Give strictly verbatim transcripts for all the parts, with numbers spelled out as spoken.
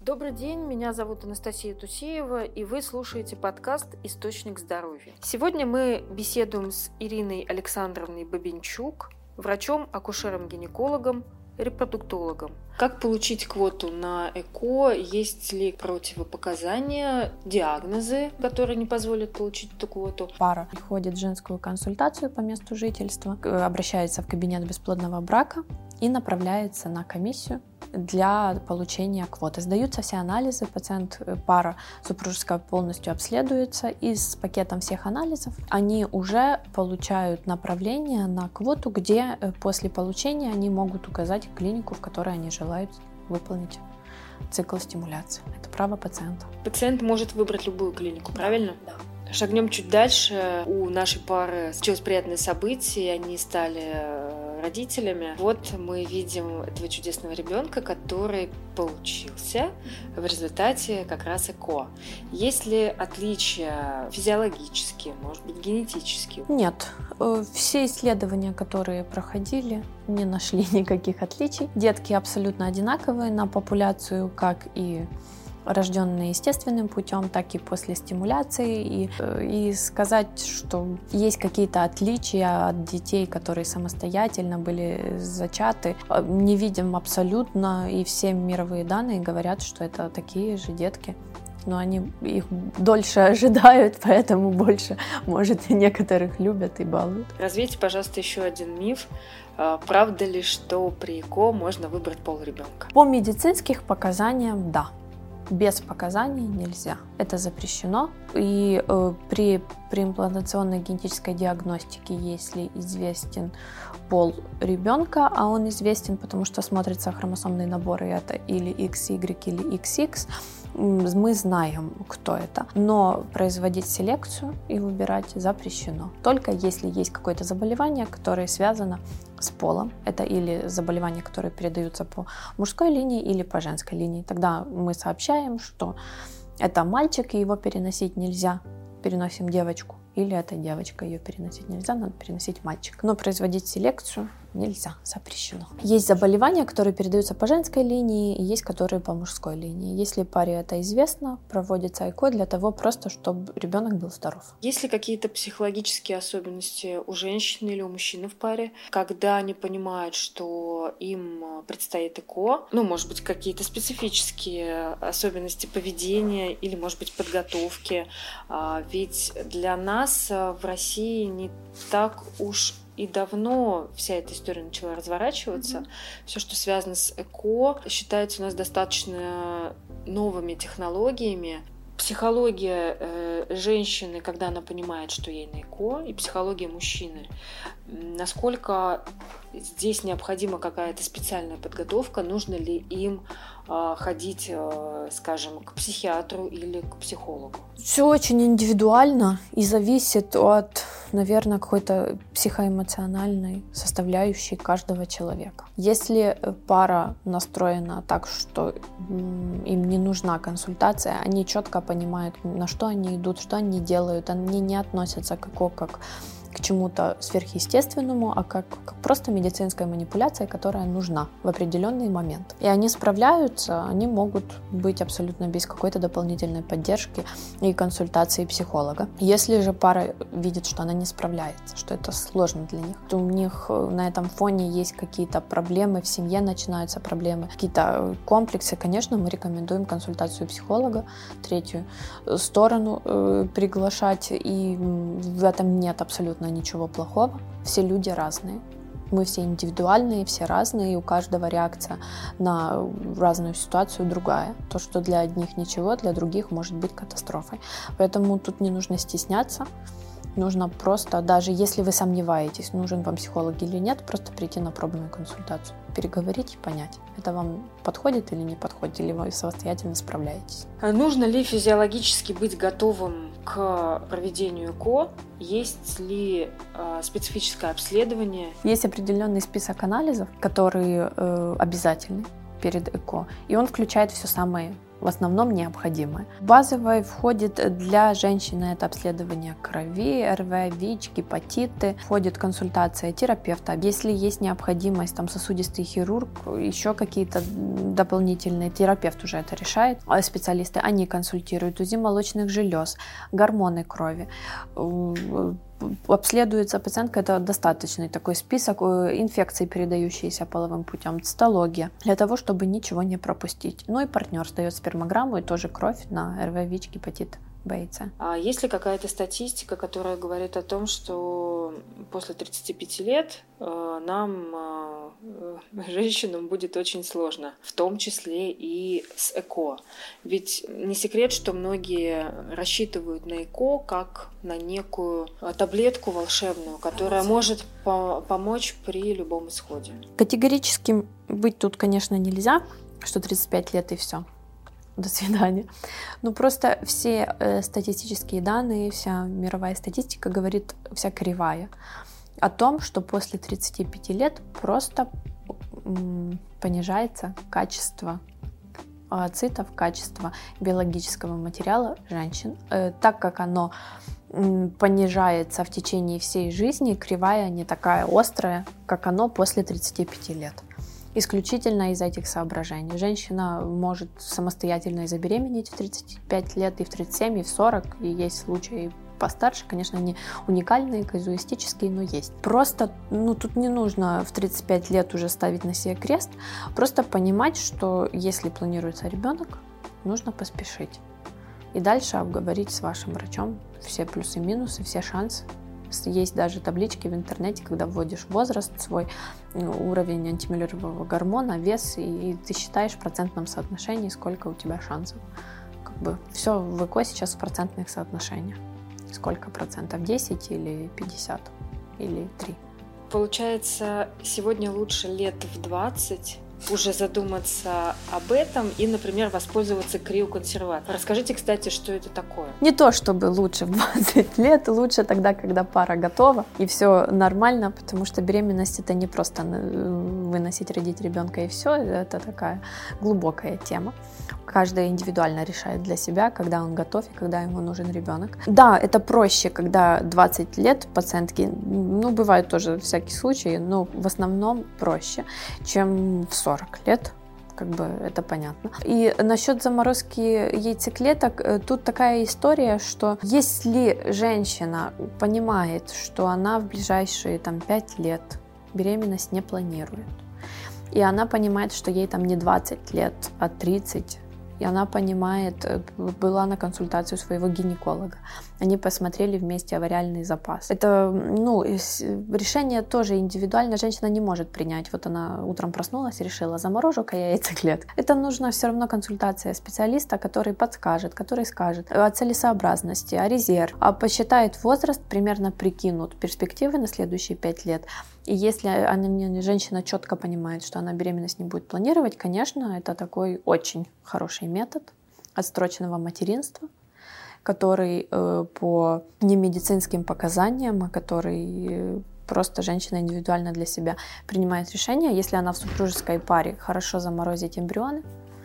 Добрый день, меня зовут Анастасия Тусеева, и вы слушаете подкаст «Источник здоровья». Сегодня мы беседуем с Ириной Александровной Бабенчук, врачом-акушером-гинекологом, репродуктологом. Как получить квоту на ЭКО? Есть ли противопоказания, диагнозы, которые не позволят получить эту квоту? Пара приходит в женскую консультацию по месту жительства, обращается в кабинет бесплодного брака и направляется на комиссию для получения квоты. Сдаются все анализы, пациент, пара супружеская полностью обследуется, и с пакетом всех анализов они уже получают направление на квоту, где после получения они могут указать клинику, в которой они желают выполнить цикл стимуляции. Это право пациента. Пациент может выбрать любую клинику, правильно? Да. Шагнем чуть дальше. У нашей пары случилось приятное событие, они стали родителями. Вот мы видим этого чудесного ребенка, который получился в результате как раз ЭКО. Есть ли отличия физиологические, может быть, генетические? Нет. Все исследования, которые проходили, не нашли никаких отличий. Детки абсолютно одинаковые на популяцию, как и рожденные естественным путем, так и после стимуляции. И, и сказать, что есть какие-то отличия от детей, которые самостоятельно были зачаты, не видим абсолютно. И все мировые данные говорят, что это такие же детки. Но они их дольше ожидают, поэтому больше, может, и некоторых любят и балуют. Развейте, пожалуйста, еще один миф. Правда ли, что при ЭКО можно выбрать пол ребенка? По медицинским показаниям, да. Без показаний нельзя. Это запрещено. И э, при, при имплантационной генетической диагностике, если известен пол ребенка, а он известен, потому что смотрится хромосомные наборы, это или икс игрек, или икс икс, мы знаем, кто это. Но производить селекцию и выбирать запрещено. Только если есть какое-то заболевание, которое связано с полом. Это или заболевания, которые передаются по мужской линии или по женской линии. Тогда мы сообщаем, что это мальчик, и его переносить нельзя. Переносим девочку. Или это девочка, ее переносить нельзя, надо переносить мальчика. Но производить селекцию нельзя, запрещено. Есть заболевания, которые передаются по женской линии, и есть, которые по мужской линии. Если паре это известно, проводится ЭКО для того просто, чтобы ребенок был здоров. Есть ли какие-то психологические особенности у женщины или у мужчины в паре, когда они понимают, что им предстоит ЭКО? Ну, может быть, какие-то специфические особенности поведения или, может быть, подготовки. Ведь для нас в России не так уж и давно вся эта история начала разворачиваться. Mm-hmm. Все, что связано с ЭКО, считается у нас достаточно новыми технологиями. Психология э, женщины, когда она понимает, что ей на ЭКО, и психология мужчины. Насколько здесь необходима какая-то специальная подготовка, нужно ли им э, ходить, э, скажем, к психиатру или к психологу? Все очень индивидуально и зависит от, наверное, какой-то психоэмоциональной составляющей каждого человека. Если пара настроена так, что им не нужна консультация, они четко понимают, на что они идут, что они делают, они не относятся к ЭКО как к чему-то сверхъестественному, а как, как просто медицинская манипуляция, которая нужна в определенный момент. И они справляются, они могут быть абсолютно без какой-то дополнительной поддержки и консультации психолога. Если же пара видит, что она не справляется, что это сложно для них, то у них на этом фоне есть какие-то проблемы, в семье начинаются проблемы, какие-то комплексы, конечно, мы рекомендуем консультацию психолога, третью сторону э, приглашать, и в этом нет абсолютно ничего плохого. Все люди разные. Мы все индивидуальные, все разные, и у каждого реакция на разную ситуацию другая. То, что для одних ничего, для других может быть катастрофой. Поэтому тут не нужно стесняться. Нужно просто, даже если вы сомневаетесь, нужен вам психолог или нет, просто прийти на пробную консультацию, переговорить и понять, это вам подходит или не подходит, или вы самостоятельно справляетесь. Нужно ли физиологически быть готовым к проведению ЭКО? Есть ли э, специфическое обследование? Есть определенный список анализов, которые э, обязательны перед ЭКО, и он включает все самое в основном необходимое. Базовое входит для женщины это обследование крови, эр вэ, ВИЧ, гепатиты, входит консультация терапевта. Если есть необходимость, там сосудистый хирург, еще какие-то дополнительные, терапевт уже это решает, специалисты, они консультируют УЗИ молочных желез, гормоны крови. Обследуется пациентка, это достаточный такой список инфекций, передающихся половым путем, цитология, для того, чтобы ничего не пропустить. Ну и партнер сдает спермограмму и тоже кровь на эр вэ, ВИЧ, гепатит Б и С. А есть ли какая-то статистика, которая говорит о том, что после тридцати пяти лет э, нам, э, женщинам, будет очень сложно, в том числе и с ЭКО? Ведь не секрет, что многие рассчитывают на ЭКО как на некую таблетку волшебную, которая может по- помочь при любом исходе. Категорически быть тут, конечно, нельзя, что тридцать пять лет и все. До свидания. Ну просто все э, статистические данные, вся мировая статистика говорит, вся кривая, о том, что после тридцати пяти лет просто м, понижается качество ооцитов, качество биологического материала женщин. Э, так как оно м, понижается в течение всей жизни, кривая не такая острая, как оно после тридцати пяти лет. Исключительно из этих соображений. Женщина может самостоятельно и забеременеть в тридцать пять лет, и в тридцать семь, и в сорок, и есть случаи постарше, конечно, не уникальные, казуистические, но есть. Просто, ну, тут не нужно в тридцать пять лет уже ставить на себе крест, просто понимать, что если планируется ребенок, нужно поспешить. И дальше обговорить с вашим врачом все плюсы и минусы, все шансы. Есть даже таблички в интернете, когда вводишь возраст, свой уровень антимюллерового гормона, вес, и ты считаешь в процентном соотношении, сколько у тебя шансов. Как бы все в ЭКО сейчас в процентных соотношениях. Сколько процентов? десять или пятьдесят? Или три? Получается, сегодня лучше лет в двадцать уже задуматься об этом и, например, воспользоваться криоконсервацией. Расскажите, кстати, что это такое? Не то чтобы лучше в двадцать лет, лучше тогда, когда пара готова и все нормально, потому что беременность — это не просто выносить, родить ребенка и все, это такая глубокая тема. Каждый индивидуально решает для себя, когда он готов и когда ему нужен ребенок. Да, это проще, когда двадцать лет пациентки, ну, бывают тоже всякие случаи, но в основном проще, чем в сорок лет, как бы это понятно. И насчет заморозки яйцеклеток, тут такая история, что если женщина понимает, что она в ближайшие там пять лет беременность не планирует, и она понимает, что ей там не двадцать лет, а тридцать, и она понимает, была на консультацию своего гинеколога. Они посмотрели вместе авариальный запас. Это, ну, решение тоже индивидуально. Женщина не может принять. Вот она утром проснулась и решила, заморожу-ка я яйцеклетки. Это нужна все равно консультация специалиста, который подскажет, который скажет о целесообразности, о резерве, а посчитает возраст, примерно прикинут перспективы на следующие пять лет. И если она, женщина четко понимает, что она беременность не будет планировать, конечно, это такой очень хороший метод отсроченного материнства, который э, по немедицинским показаниям, который просто женщина индивидуально для себя принимает решение, если она в супружеской паре, хорошо заморозить эмбрионы.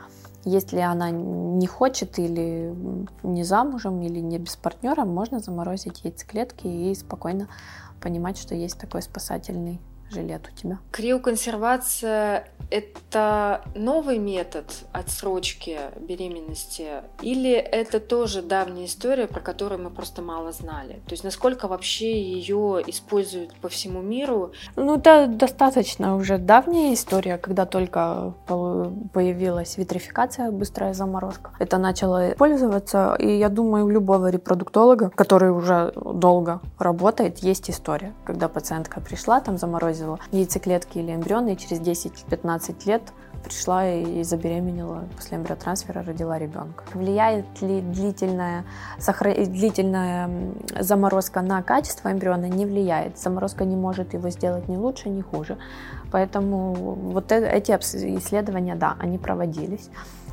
Если она не хочет или не замужем, или не без партнера, можно заморозить яйцеклетки и спокойно понимать, что есть такой спасательный жилет у тебя. Криоконсервация – это новый метод отсрочки беременности или это тоже давняя история, про которую мы просто мало знали? То есть насколько вообще ее используют по всему миру? Ну, это достаточно уже давняя история, когда только появилась витрификация, быстрая заморозка. Это начало пользоваться, и я думаю, у любого репродуктолога, который уже долго работает, есть история, когда пациентка пришла, там заморозила яйцеклетки или эмбрионы, и через десять-пятнадцать лет пришла и забеременела, после эмбриотрансфера родила ребенка. Влияет ли длительная, сохра... длительная заморозка на качество эмбриона? Не влияет. Заморозка не может его сделать ни лучше, ни хуже. Поэтому вот эти исследования, да, они проводились.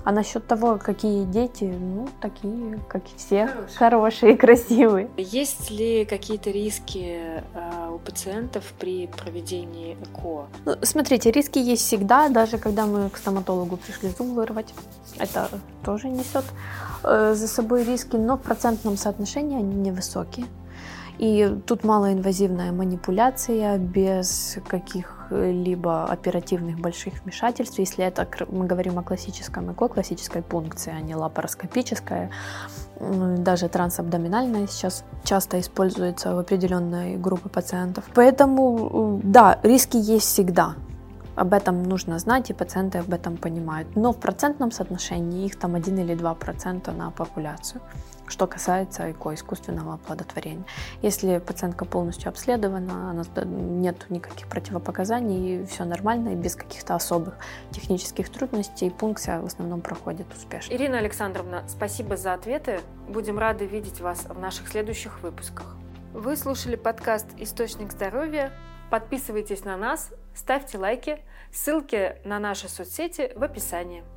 А насчет того, какие дети, ну, такие, как и все, Хорошие, хорошие, красивые. Есть ли какие-то риски э, у пациентов при проведении ЭКО? Ну, смотрите, риски есть всегда, даже когда мы к стоматологу пришли зуб вырвать. Это тоже несет э, за собой риски, но в процентном соотношении они невысокие. И тут малоинвазивная манипуляция без каких-либо оперативных больших вмешательств. Если это мы говорим о классическом ЭКО, классической пункции, а не лапароскопической, даже трансабдоминальная сейчас часто используется в определенной группе пациентов. Поэтому, да, риски есть всегда. Об этом нужно знать, и пациенты об этом понимают. Но в процентном соотношении их там один или два процента на популяцию, что касается ЭКО, искусственного оплодотворения. Если пациентка полностью обследована, нет никаких противопоказаний, и все нормально, и без каких-то особых технических трудностей, пункция в основном проходит успешно. Ирина Александровна, спасибо за ответы. Будем рады видеть вас в наших следующих выпусках. Вы слушали подкаст «Источник здоровья». Подписывайтесь на нас, ставьте лайки, ссылки на наши соцсети в описании.